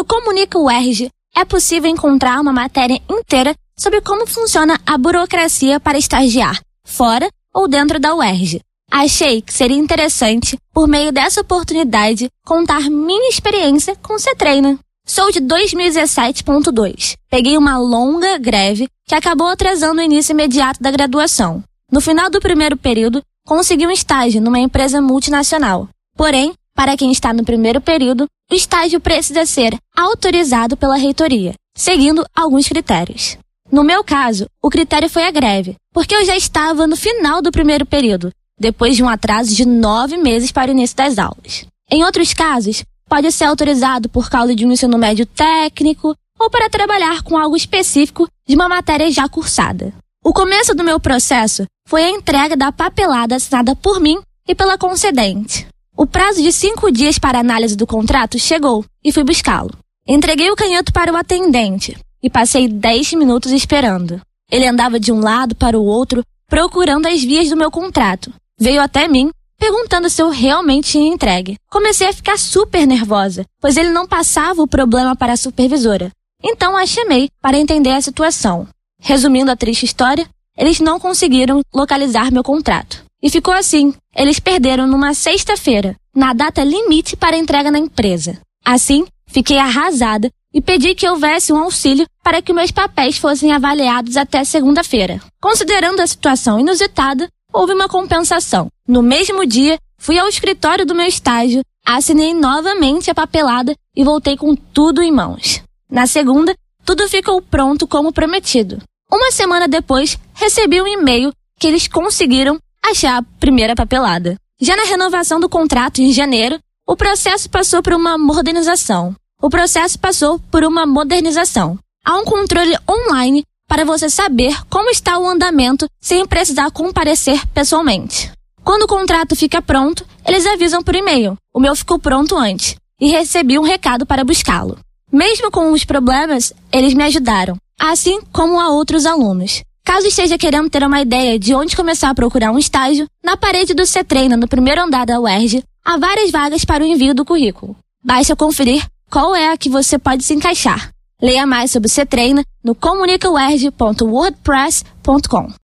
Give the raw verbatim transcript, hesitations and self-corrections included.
No Comunica U E R J é possível encontrar uma matéria inteira sobre como funciona a burocracia para estagiar, fora ou dentro da U E R J. Achei que seria interessante, por meio dessa oportunidade, contar minha experiência com o CETreina. Sou de dois mil e dezessete ponto dois. Peguei uma longa greve que acabou atrasando o início imediato da graduação. No final do primeiro período, consegui um estágio numa empresa multinacional. Porém, para quem está no primeiro período, o estágio precisa ser autorizado pela reitoria, seguindo alguns critérios. No meu caso, o critério foi a greve, porque eu já estava no final do primeiro período, depois de um atraso de nove meses para o início das aulas. Em outros casos, pode ser autorizado por causa de um ensino médio técnico ou para trabalhar com algo específico de uma matéria já cursada. O começo do meu processo foi a entrega da papelada assinada por mim e pela concedente. O prazo de cinco dias para análise do contrato chegou e fui buscá-lo. Entreguei o canhoto para o atendente e passei dez minutos esperando. Ele andava de um lado para o outro procurando as vias do meu contrato. Veio até mim, perguntando se eu realmente tinha entregue. Comecei a ficar super nervosa, pois ele não passava o problema para a supervisora. Então a chamei para entender a situação. Resumindo a triste história, eles não conseguiram localizar meu contrato. E ficou assim. Eles perderam numa sexta-feira, na data limite para entrega na empresa. Assim, fiquei arrasada e pedi que houvesse um auxílio para que meus papéis fossem avaliados até segunda-feira. Considerando a situação inusitada, houve uma compensação. No mesmo dia, fui ao escritório do meu estágio, assinei novamente a papelada e voltei com tudo em mãos. Na segunda, tudo ficou pronto como prometido. Uma semana depois, recebi um e-mail que eles conseguiram achar a primeira papelada. Já na renovação do contrato, em janeiro, o processo passou por uma modernização. O processo passou por uma modernização. Há um controle online para você saber como está o andamento sem precisar comparecer pessoalmente. Quando o contrato fica pronto, eles avisam por e-mail. O meu ficou pronto antes e recebi um recado para buscá-lo. Mesmo com os problemas, eles me ajudaram, assim como a outros alunos. Caso esteja querendo ter uma ideia de onde começar a procurar um estágio, na parede do CETreina, no primeiro andar da U E R J, há várias vagas para o envio do currículo. Basta conferir qual é a que você pode se encaixar. Leia mais sobre o CETreina no comunica u e r j ponto wordpress ponto com.